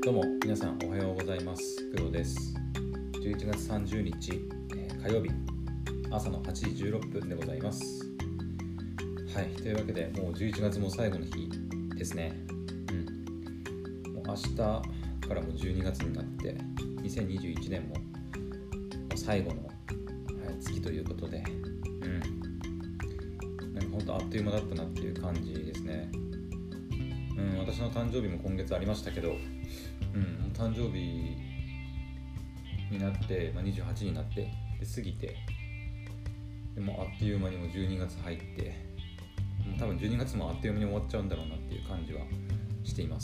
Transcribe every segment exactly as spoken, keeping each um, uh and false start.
どうも皆さんおはようございます。工藤です。じゅういちがつさんじゅうにち、えー、火曜日朝のはちじじゅうろっぷんでございます。はい、というわけでもうじゅういちがつも最後の日ですね。うん、もう明日からもじゅうにがつになってにせんにじゅういちねんももう最後の、はい、月ということで、うん、なんか本当あっという間だったなっていう感じですね。うん、私の誕生日も今月ありましたけど、うん、誕生日になって、まあ、にじゅうはちになってで過ぎてでもあっという間にもじゅうにがつ入ってもう多分じゅうにがつもあっという間に終わっちゃうんだろうなっていう感じはしています。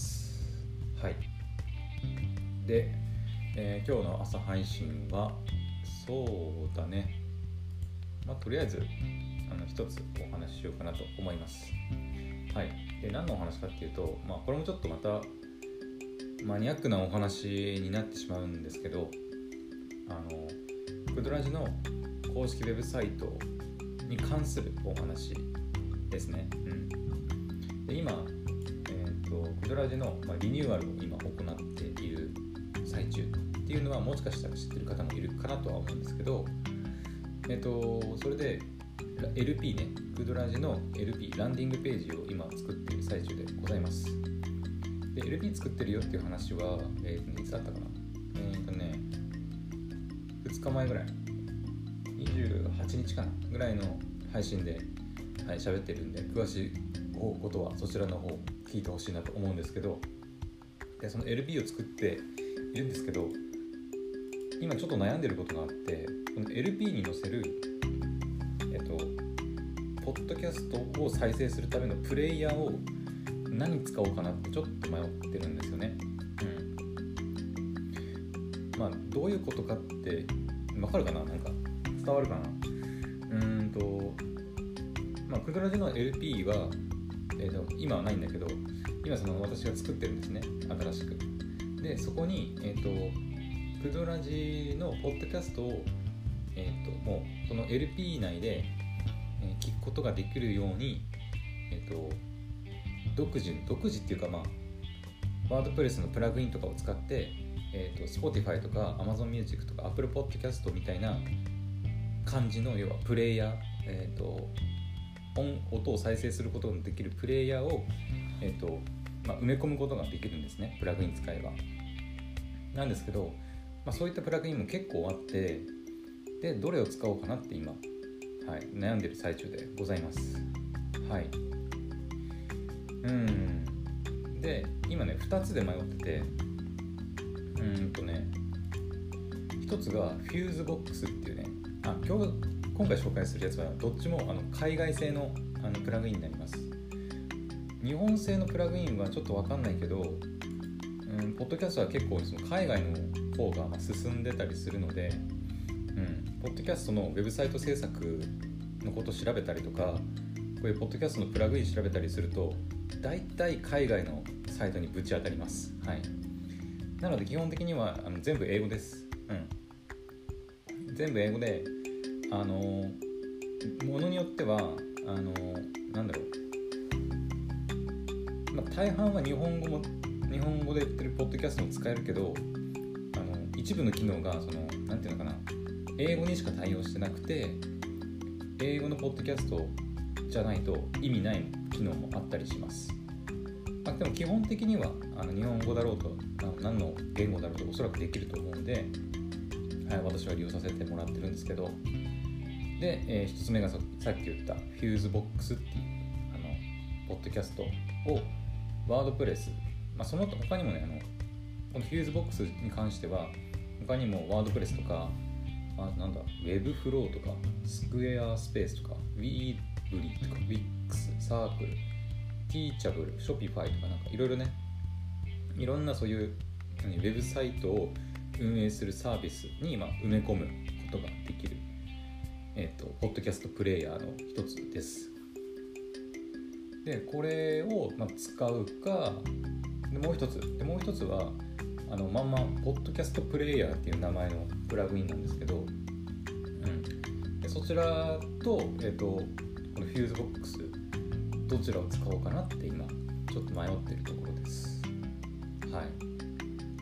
はい。で、えー、今日の朝配信はそうだね、まあ、とりあえずあの一つお話ししようかなと思います。はい。で何のお話かっていうと、まあ、これもちょっとまたマニアックなお話になってしまうんですけど、あのクドラジの公式ウェブサイトに関するお話ですね。うん、で今、えーと、クドラジの、まあ、リニューアルを今行っている最中っていうのはもしかしたら知ってる方もいるかなとは思うんですけど、えーと、それで エルピー ね、クドラジの エルピー ランディングページを今作っている最中でございます。で エルピー 作ってるよっていう話は、えー、いつだったかなえーとねふつかまえぐらいにじゅうはちにちかなぐらいの配信で、はい、喋ってるんで詳しいことはそちらの方聞いてほしいなと思うんですけど、でその エルピー を作っているんですけど今ちょっと悩んでることがあって、この エルピー に載せるえっとポッドキャストを再生するためのプレイヤーを何使おうかなってちょっと迷ってるんですよね。うん、まあどういうことかって分かるかな、なんか伝わるかな。うーんとまあクドラジの エルピー は、えー、と今はないんだけど、今その私が作ってるんですね、新しく。でそこにえっ、ー、とクドラジのポッドキャストをえっ、ー、ともうその エルピー 内で、えー、聞くことができるようにえっ、ー、と独自独自っていうか、まあワードプレスのプラグインとかを使って、えーと、Spotify とか Amazon Music とか Apple Podcast みたいな感じの、要はプレイヤー、えーと、音, 音を再生することができるプレイヤーを、えーとまあ、埋め込むことができるんですね、プラグイン使えば。なんですけど、まあ、そういったプラグインも結構あって、でどれを使おうかなって今、はい、悩んでる最中でございます。はい。うんで今ねふたつで迷ってて、うーんとねひとつが Fusebox っていうね、あ今日今回紹介するやつはどっちもあの海外製のあのプラグインになります。日本製のプラグインはちょっと分かんないけど、うん、ポッドキャストは結構その海外の方がまあ進んでたりするので、うん、ポッドキャストのウェブサイト制作のことを調べたりとか、こういうポッドキャストのプラグイン調べたりするとだいたい海外のサイトにぶち当たります。はい。なので基本的にはあの全部英語です。うん。全部英語で、あのものによってはあのなんだろう、まあ、大半は日本語も日本語で言ってるポッドキャストも使えるけど、あの一部の機能がそのなんていうのかな、英語にしか対応してなくて、英語のポッドキャストじゃないと意味ない機能もあったりします。まあ、でも基本的にはあの日本語だろうと何の言語だろうとおそらくできると思うので、はい、私は利用させてもらってるんですけど、で、えー、ひとつめが さ, さっき言った Fusebox っていうあのポッドキャストをワードプレス、まあ、その他にもね、あのこの Fusebox に関しては他にもワードプレスとか、あなんだ Webflow とか Squarespace とか Weebly とか Wix、サークル、Teachable、Shopify とかなんかいろいろね、いろんなそういうウェブサイトを運営するサービスに今埋め込むことができる、えーと、ポッドキャストプレイヤーの一つです。で、これをまあ使うか、でもう一つ、でもう一つはあのまんまポッドキャストプレイヤーっていう名前のプラグインなんですけど、うん、でそちらと、えーと、この Fuseboxどちらを使おうかなって今ちょっと迷っているところです。はい。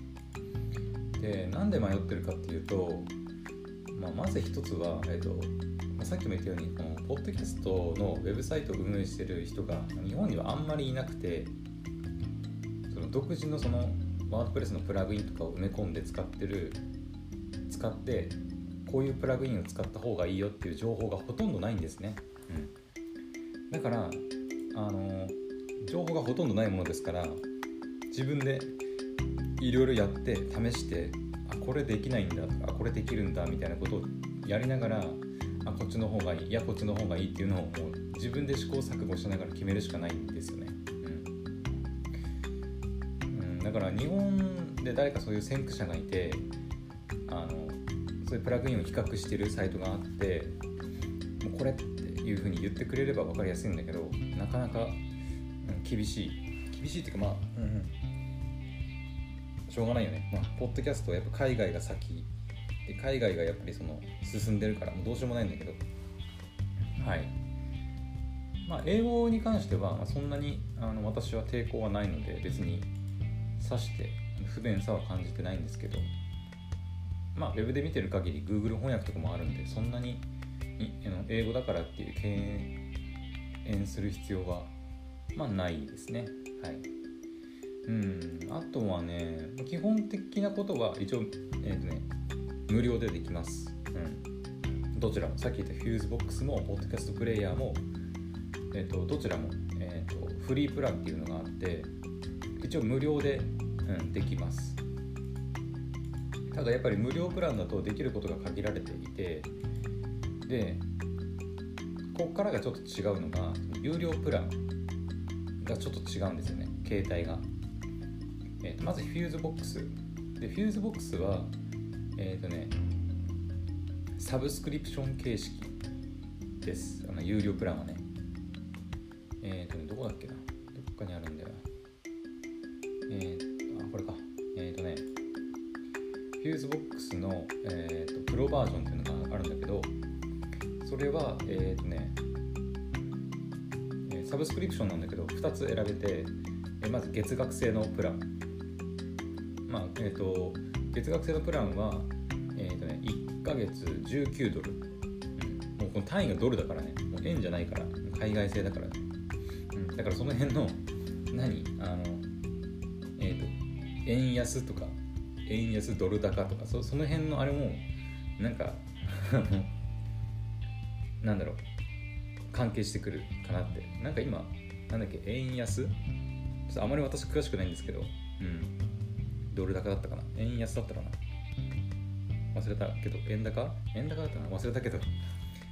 でなんで迷ってるかっていうと、まあ、まず一つは、えーとまあ、さっきも言ったようにこのポッドキャストのウェブサイトを運営してる人が日本にはあんまりいなくて、その独自のそのワードプレスのプラグインとかを埋め込んで使ってる使ってこういうプラグインを使った方がいいよっていう情報がほとんどないんですね、うん、だからあの情報がほとんどないものですから、自分でいろいろやって試して、あこれできないんだとか、あこれできるんだみたいなことをやりながら、あこっちの方がいい、いやこっちの方がいいっていうのをもう自分で試行錯誤しながら決めるしかないんですよね、うんうん、だから日本で誰かそういう先駆者がいて、あのそういうプラグインを比較してるサイトがあって、もうこれっていう風に言ってくれれば分かりやすいんだけど、なかなか、うん、厳しい厳しいっていうか、まあ、うんうん、しょうがないよね。まあ、ポッドキャストはやっぱ海外が先で、海外がやっぱりその進んでるからもうどうしようもないんだけど、はい。まあ、英語に関しては、まあ、そんなにあの私は抵抗はないので、別にさして不便さは感じてないんですけど、まあ、ウェブで見てる限り Google 翻訳とかもあるんで、そんなに英語だからっていう敬遠する必要は、まあ、ないですね。はい。うん、あとはね、基本的なことは一応、えーとね、無料でできます。うん、どちらも、さっき言った Fusebox も Podcast プレイヤーも、えーと、どちらも、えーと、フリープランっていうのがあって、一応無料で、うん、できます。ただやっぱり無料プランだとできることが限られていて、で、ここからがちょっと違うのが、有料プランがちょっと違うんですよね、形態が。えー、とまず Fusebox で Fusebox はえっ、ー、とねサブスクリプション形式です。あの有料プランはね、えっ、ー、とねどこだっけな、どっかにあるんだよ。えー、あこれか。えっ、ー、とね Fusebox の、えー、とプロバージョンっていうのがあるんだけど、それはえっ、ー、とねサブスクリプションなんだけどふたつ選べて、まず月額制のプラン、まあえー、と月額制のプランは、えーとね、いっかげつじゅうきゅうドル、うん、もうこの単位がドルだからね、もう円じゃないから、海外製だからね、うん、だからその辺の何あの、えーと円安とか円安ドル高とか そ, その辺のあれもなんかなんだろう関係してくるかなって。なんか今なんだっけ円安、ちょっとあまり私詳しくないんですけど、うん、ドル高だったかな、円安だったかな、忘れたけど、円高円高だったかな、忘れたけど、はい、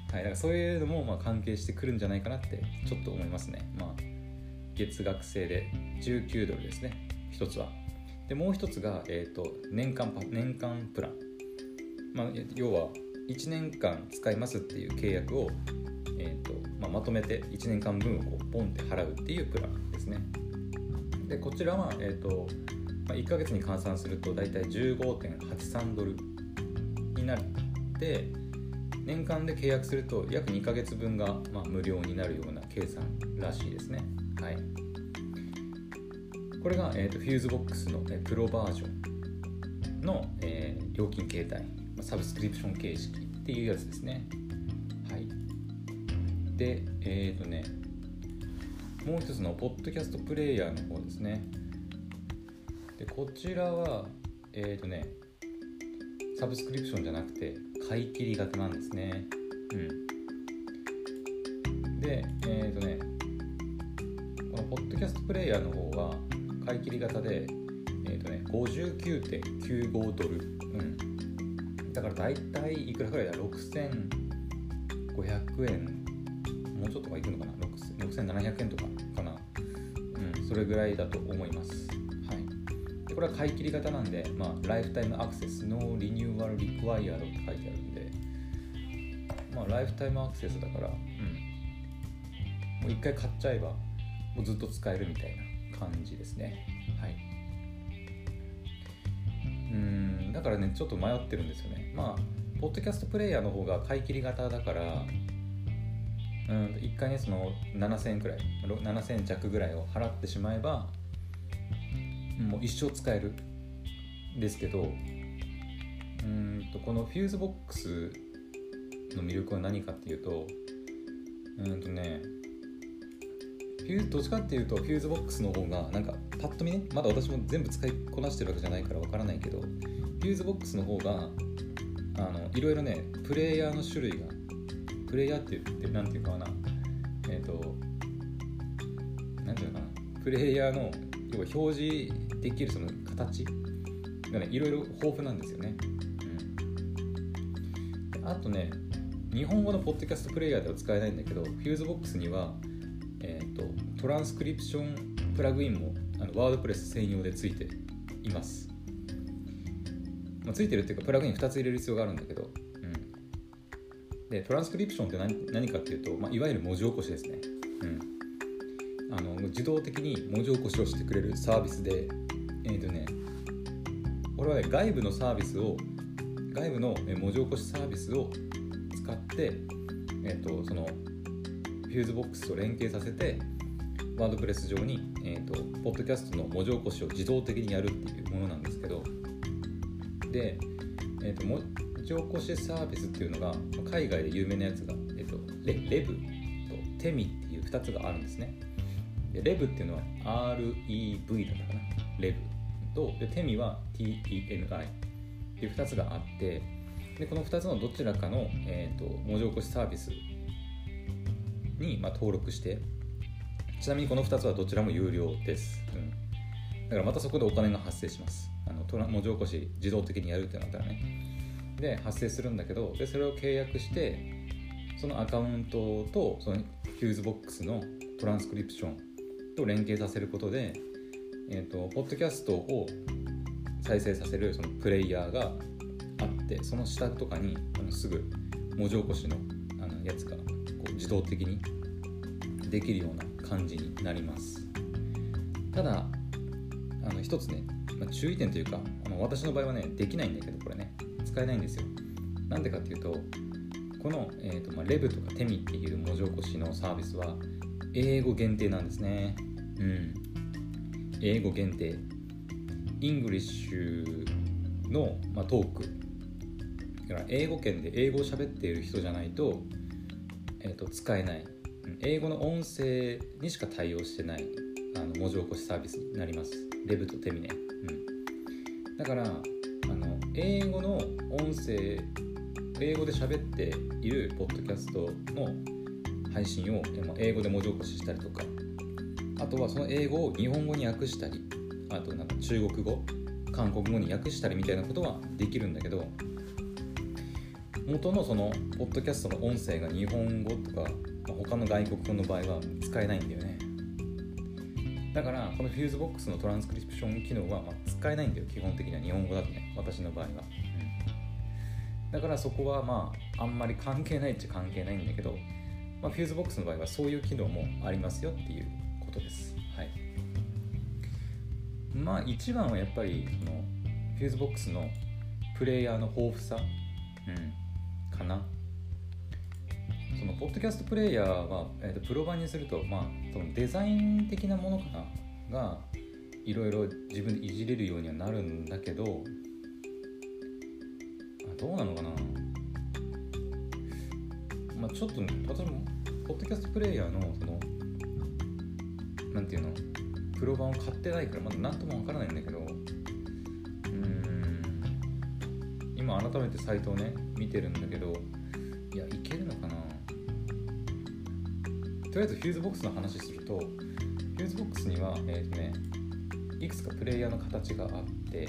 だからそういうのもまあ関係してくるんじゃないかなってちょっと思いますね。まあ月額制でじゅうきゅうドルですね、一つは。でもう一つが、えーと、年間パ年間プラン、まあ、要はいちねんかん使いますっていう契約を、えーとまあ、まとめていちねんかんぶんをこうポンって払うっていうプランですね。でこちらは、えーとまあ、いっかげつに換算するとだいたい じゅうごてんはちさん ドルになって、年間で契約すると約にかげつぶんが、まあ、無料になるような計算らしいですね。はい、これが、えーと、Fusebox の、えー、プロバージョンの、えー、料金形態、サブスクリプション形式っていうやつですね。はい。で、えっ、ー、とね、もう一つのポッドキャストプレイヤーの方ですね。で、こちらは、えっ、ー、とね、サブスクリプションじゃなくて買い切り型なんですね。うん。で、えっ、ー、とね、このポッドキャストプレイヤーの方は買い切り型で、えっ、ー、とね、ごじゅうきゅうてんきゅうごドル。うん。だからだいたいいくらくらいだ、ろくせんごひゃくえん、もうちょっとかいくのかな、ろくせんななひゃくえんとかかな。うん、それぐらいだと思います。はい。でこれは買い切り型なんで、まあ、ライフタイムアクセス、ノーリニューアルリクワイヤードって書いてあるんで、まあ、ライフタイムアクセスだから、うん、もう一回買っちゃえば、もうずっと使えるみたいな感じですね。はい。うーん、だからね、ちょっと迷ってるんですよね。まあ、ポッドキャストプレイヤーの方が買い切り型だから、うん、いっかいね、そのななせんえんくらい、ななせん弱ぐらいを払ってしまえば、もう一生使えるんですけど、 うーんとこのフューズボックスの魅力は何かっていうと、うーんとねフューズどっちかっていうとフューズボックスの方がなんかパッと見ね、まだ私も全部使いこなしてるわけじゃないからわからないけど、フューズボックスの方があのいろいろねプレイヤーの種類がプレイヤーって言ってなんていうかなえっ、ー、となんていうのかなプレイヤーの要は表示できるその形がねいろいろ豊富なんですよね、うん、あとね日本語のポッドキャストプレイヤーでは使えないんだけど、フューズボックスには、えー、とトランスクリプションプラグインもあのワードプレス専用でついています、まあ、ついてるっていうかプラグインふたつ入れる必要があるんだけど、うん、でトランスクリプションって 何, 何かっていうと、まあ、いわゆる文字起こしですね、うん、あの自動的に文字起こしをしてくれるサービスで、えーとね、俺はね外部のサービスを外部の文字起こしサービスを使って、えーと、そのフューズボックスと連携させてワードプレス上に、えーと、ポッドキャストの文字起こしを自動的にやるっていうものなんですけど、で、えーと、文字起こしサービスっていうのが海外で有名なやつが、えーと、レ, レブとテミっていうふたつがあるんですね。でレブっていうのは アールイーブイ だったかな、レブとでテミは ティーイーエヌアイ っていうふたつがあって、でこのふたつのどちらかの、えーと、文字起こしサービスに、まあ、登録して、ちなみにこのふたつはどちらも有料です、うん、だからまたそこでお金が発生します。あの文字起こし自動的にやるってなったらね、で発生するんだけど、でそれを契約してそのアカウントとそのフューズボックスのトランスクリプションと連携させることで、えーと、ポッドキャストを再生させるそのプレイヤーがあって、その下とかにあのすぐ文字起こしの、あのやつがこう自動的にできるような感じになります。ただあの一つね、まあ、注意点というか、あの私の場合はねできないんだけど、これね使えないんですよ。なんでかっていうと、この、えーとまあ、レブとかテミっていう文字起こしのサービスは英語限定なんですね。うん、英語限定。イングリッシュの、まあ、トーク。だから英語圏で英語を喋っている人じゃないと、えーと、使えない。英語の音声にしか対応してないあの文字起こしサービスになります。レブとテミね。うん、だからあの英語の音声、英語で喋っているポッドキャストの配信を英語で文字起こししたりとか、あとはその英語を日本語に訳したり、あとなんか中国語、韓国語に訳したりみたいなことはできるんだけど、元のそのポッドキャストの音声が日本語とか、まあ、他の外国語の場合は使えないんだよね。だからこのフューズボックスのトランスクリプション機能はまあ使えないんだよ、基本的には日本語だとね、私の場合は、うん、だからそこはまああんまり関係ないっちゃ関係ないんだけど、まあ、フューズボックスの場合はそういう機能もありますよっていうことです。はい。まあ一番はやっぱりそのフューズボックスのプレイヤーの豊富さ、うん、かな。そのポッドキャストプレイヤーは、えーと、プロ版にすると、まあ、そのデザイン的なものかながいろいろ自分でいじれるようにはなるんだけど、あどうなのかな、まあ、ちょっと私もポッドキャストプレイヤーのそのなんていうのプロ版を買ってないからまだ何ともわからないんだけど、うーん今改めてサイトをね見てるんだけど、いやいけるのかな。とりあえずフューズボックスの話すると、フューズボックスには、えーとね、いくつかプレイヤーの形があって、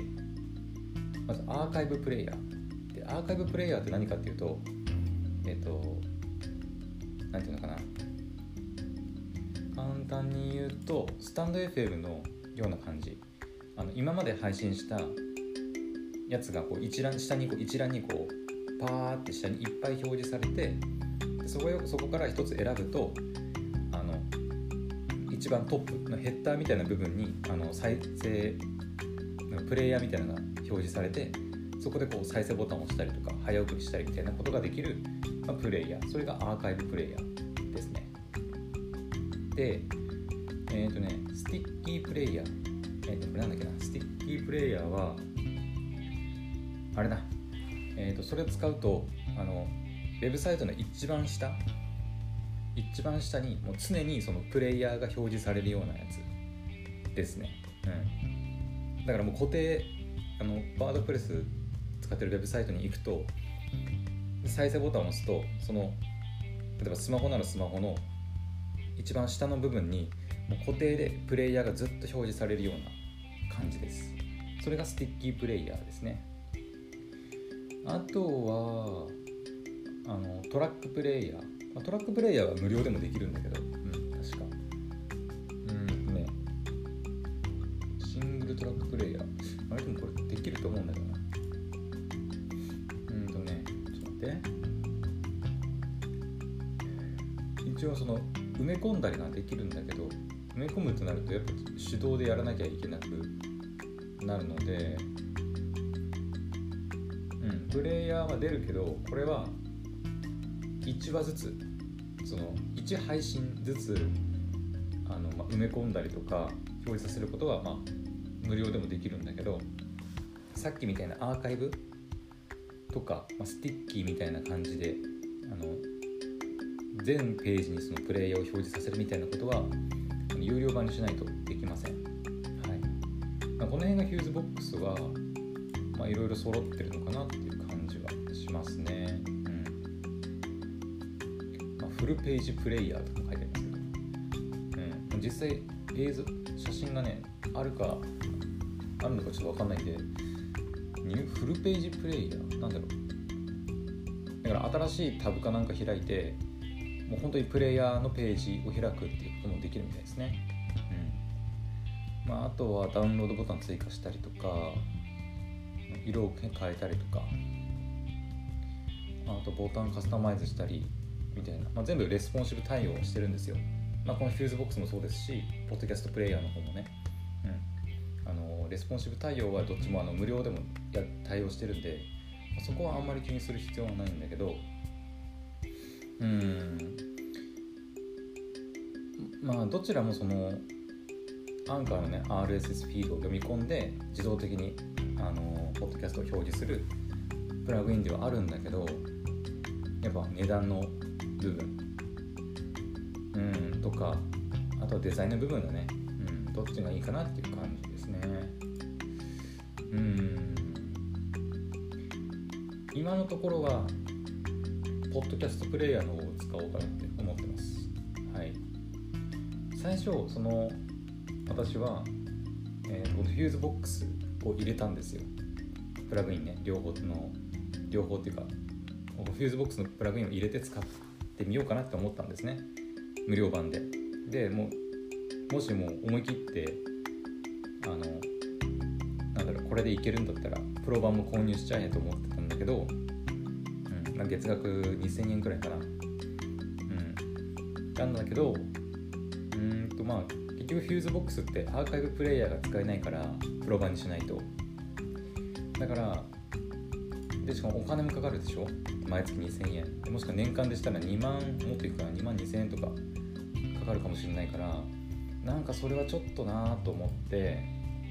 まずアーカイブプレイヤーで、アーカイブプレイヤーって何かっていうと、えっ、ー、となんていうのかな、簡単に言うとスタンド エフエム のような感じ。あの今まで配信したやつがこう一覧下にこう一覧にこうパーって下にいっぱい表示されて、そこよそこから一つ選ぶと、あの一番トップのヘッダーみたいな部分にあの再生プレイヤーみたいなのが表示されて、そこでこう再生ボタンを押したりとか早送りしたりみたいなことができる、まあ、プレイヤー、それがアーカイブプレイヤーですね。で、えっ、ー、とねスティッキープレイヤー、えっ、ー、とこれなんだっけな、スティッキープレイヤーはあれだ、 えー、とそれを使うとあのウェブサイトの一番下一番下にもう常にそのプレイヤーが表示されるようなやつですね、うん、だからもう固定あのワードプレス使ってるウェブサイトに行くと再生ボタンを押すとその例えばスマホならスマホの一番下の部分にもう固定でプレイヤーがずっと表示されるような感じです。それがスティッキープレイヤーですね。あとはあのトラックプレイヤー、まあ、トラックプレイヤーは無料でもできるんだけど、うん、確かうんねシングルトラックプレイヤーあれでもこれできると思うんだけどな。うんとねちょっと待って、一応その埋め込んだりができるんだけど、埋め込むとなるとやっぱ手動でやらなきゃいけなくなるので、うん、プレイヤーは出るけど、これはいちわずつ、そのいち配信ずつあの、まあ、埋め込んだりとか表示させることは、まあ、無料でもできるんだけど、さっきみたいなアーカイブとか、まあ、スティッキーみたいな感じであの全ページにそのプレイヤーを表示させるみたいなことは有料版にしないとできません。はい。まあ、この辺がフューズボックスは、まあ、いろいろ揃ってるのかなっていう感じはしますね。うん。まあ、フルページプレイヤーとか書いてありますけど、うん。実際映像、写真がね、あるか、あるのかちょっとわかんないんで、フルページプレイヤーなんだろう。だから新しいタブかなんか開いて、もう本当にプレイヤーのページを開くっていうこともできるみたいですね。うん。まああとはダウンロードボタン追加したりとか、色を変えたりとか、あとボタンカスタマイズしたりみたいな、まあ、全部レスポンシブ対応してるんですよ。まあこのフューズボックスもそうですし、ポッドキャストプレイヤーの方もね、うん、あのレスポンシブ対応はどっちもあの無料でもや対応してるんで、まあ、そこはあんまり気にする必要はないんだけど、うーんまあどちらもそのアンカーのね アールエスエス フィードを読み込んで自動的にあのポッドキャストを表示するプラグインではあるんだけど、やっぱ値段の部分うんとか、あとはデザインの部分だね、うん、どっちがいいかなっていう感じですね。うん今のところはポッドキャストプレイヤーの方を使おうかなって思ってます。はい。最初その私は、えー、フューズボックスを入れたんですよ。プラグインね、両方の両方っていうか、フューズボックスのプラグインを入れて使ってみようかなって思ったんですね。無料版で。でもうもしも思い切ってあのなんだろうこれでいけるんだったらプロ版も購入しちゃえと思ってたんだけど。月額にせんえんくらいかな、うん、なんだけどうーんとまあ結局フューズボックスってアーカイブプレイヤーが使えないからプロ版にしないと。だからでしかもお金もかかるでしょ、毎月にせんえんで、もしくは年間でしたらにまんもっといくかなにまんにせんえんとかかかるかもしれないから、なんかそれはちょっとなと思って、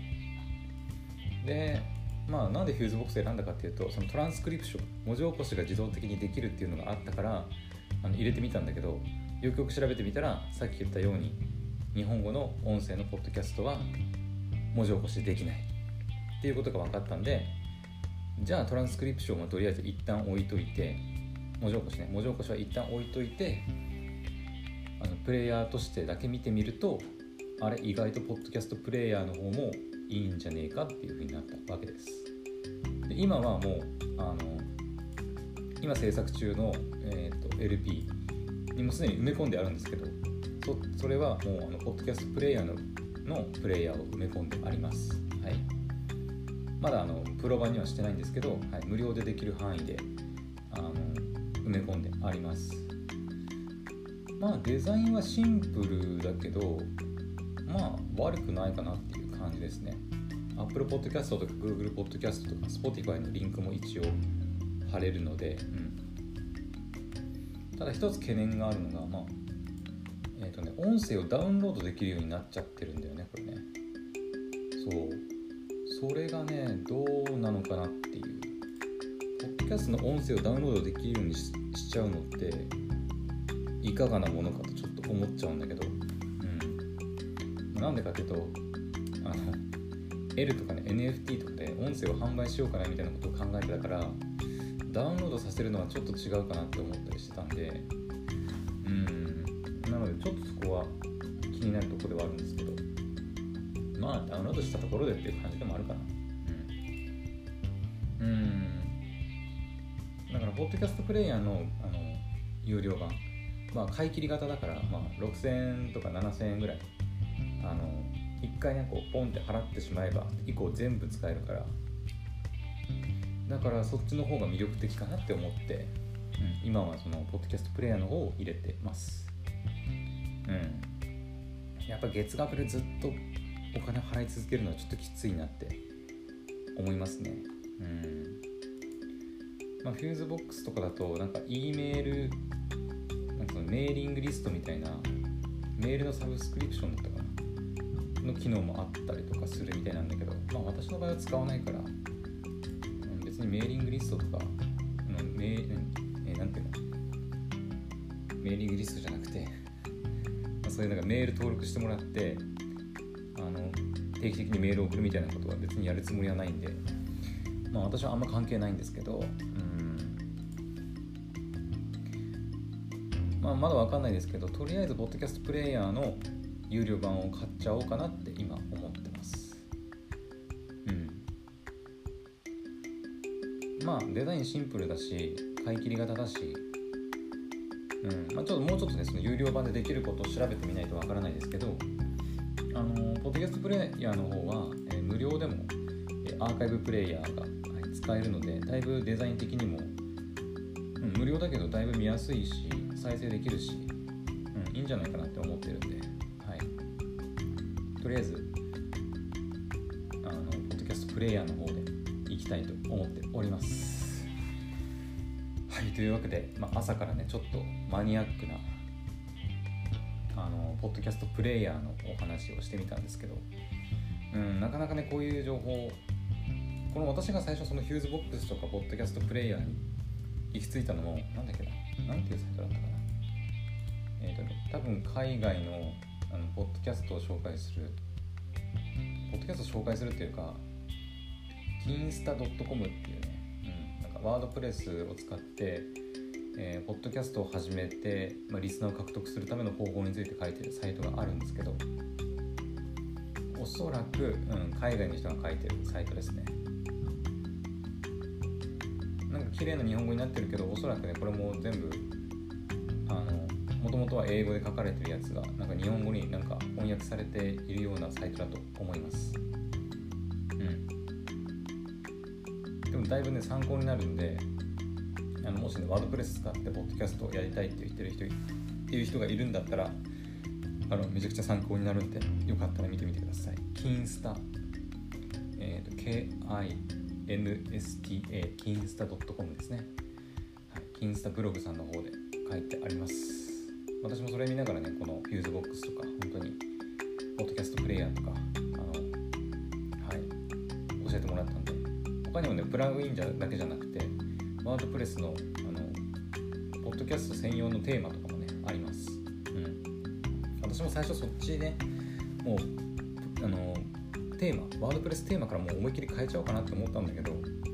でまあ、なんでフューズボックス選んだかっていうと、そのトランスクリプション文字起こしが自動的にできるっていうのがあったからあの入れてみたんだけど、よくよく調べてみたらさっき言ったように日本語の音声のポッドキャストは文字起こしできないっていうことが分かったんで、じゃあトランスクリプションはとりあえず一旦置いといて、文字起こしね文字起こしは一旦置いといて、あのプレイヤーとしてだけ見てみると、あれ意外とポッドキャストプレイヤーの方もいいんじゃねえかっていう風になったわけです。で今はもうあの今制作中の、えー、と エルピー にもすでに埋め込んであるんですけど、 そ, それはもうあのポッドキャストプレイヤー の, のプレイヤーを埋め込んであります。はい、まだあのプロ版にはしてないんですけど、はい、無料でできる範囲であの埋め込んであります。まあデザインはシンプルだけど、まあ悪くないかなっていう感じですね。 Apple Podcast とか Google Podcast とか Spotify のリンクも一応貼れるので、うん、ただ一つ懸念があるのが、まあえーとね、音声をダウンロードできるようになっちゃってるんだよね、これね。そうそれがねどうなのかなっていう。ポッドキャストの音声をダウンロードできるように し, しちゃうのっていかがなものかとちょっと思っちゃうんだけど、うん、なんでかっていうとあの L とかね エヌエフティー とかで音声を販売しようかなみたいなことを考えてたからダウンロードさせるのはちょっと違うかなって思ったりしてたんで、うん、なのでちょっとそこは気になるところではあるんですけど、まあダウンロードしたところでっていう感じでもあるかな。うん、うんだからポッドキャストプレイヤーの、あの有料版、まあ買い切り型だから、まあ、ろくせんえんとかななせんえんぐらいあのいっかいねこうポンって払ってしまえば以降全部使えるから、だからそっちの方が魅力的かなって思って、うん、今はそのポッドキャストプレイヤーの方を入れてます。うん、やっぱ月額でずっとお金払い続けるのはちょっときついなって思いますね。うんまあ、フューズボックスとかだとなんか E メールなんかそのメーリングリストみたいなメールのサブスクリプションだったかなの機能もあったりとかするみたいなんだけど、まあ私の場合は使わないから別にメーリングリストとかメー、えー、なんていうのメーリングリストじゃなくてそういうなんかメール登録してもらってあの定期的にメールを送るみたいなことは別にやるつもりはないんで、まあ私はあんま関係ないんですけど、まあ、まだわかんないですけど、とりあえずポッドキャストプレイヤーの有料版を買っちゃおうかなって今思ってます。うんまあデザインシンプルだし買い切り型だし、うんまあ、ちょっともうちょっとねその有料版でできることを調べてみないとわからないですけど、あのポッドキャストプレイヤーの方は、えー、無料でも、えー、アーカイブプレイヤーが、はい、使えるのでだいぶデザイン的にも、うん、無料だけどだいぶ見やすいし再生できるし、うん、いいんじゃないかなって思ってるんで、はい、とりあえずあのポッドキャストプレイヤーの方でいきたいと思っております。はい、というわけで、まあ、朝からねちょっとマニアックなあのポッドキャストプレイヤーのお話をしてみたんですけど、うん、なかなかねこういう情報、この私が最初そのヒューズボックスとかポッドキャストプレイヤーに行き着いたのもなんだっけな、なんていうサイトだったかな、えーとね、多分海外のあのポッドキャストを紹介するポッドキャストを紹介するっていうかキンスタ ドットコム っていうね、うん、なんかワードプレスを使って、えー、ポッドキャストを始めて、まあ、リスナーを獲得するための方法について書いてるサイトがあるんですけど、おそらく、うん、海外の人が書いてるサイトですね。なんか綺麗な日本語になってるけど、おそらくねこれも全部あのもともとは英語で書かれてるやつがなんか日本語になんか翻訳されているようなサイトだと思います。うんでもだいぶね参考になるんで、あのもしねワードプレス使ってポッドキャストをやりたいって言ってる人っていう人がいるんだったら、あのめちゃくちゃ参考になるんでよかったら見てみてください。キンスタ、えーと ケーアイエヌエスティーエー キンスタ ドットコム ですね。はい、キンスタブログさんの方で書いてあります。私もそれ見ながらねこのフューズボックスとか本当にポッドキャストプレイヤーとかあの、はい、教えてもらったんで、他にもねプラグインじゃだけじゃなくてワードプレスのあのポッドキャスト専用のテーマとかもねあります。うん、私も最初そっちねもうあのテーマワードプレステーマからもう思いっきり変えちゃおうかなって思ったんだけど、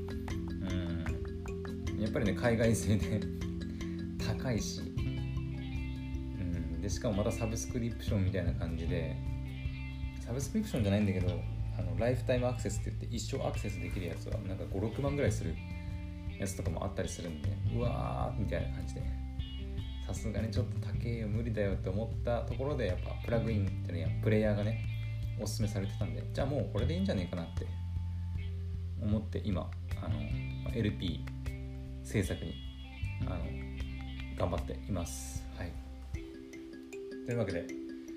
うんやっぱりね海外製で高いし、うんでしかもまたサブスクリプションみたいな感じで、サブスクリプションじゃないんだけどあのライフタイムアクセスって言って一生アクセスできるやつはなんかご、ろくまんぐらいするやつとかもあったりするんで、うわーみたいな感じでさすがにちょっと高えよ無理だよって思ったところで、やっぱプラグインってねプレイヤーがねおすすめされてたんで、じゃあもうこれでいいんじゃねえかなって思って今あの エルピー 制作にあの頑張っています。はい。というわけで、はい、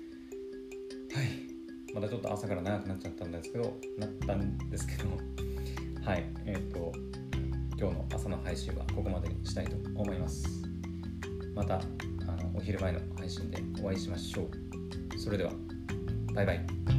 またちょっと朝から長くなっちゃったんですけど、なったんですけど、はい、えっと今日の朝の配信はここまでにしたいと思います。またあのお昼前の配信でお会いしましょう。それではバイバイ。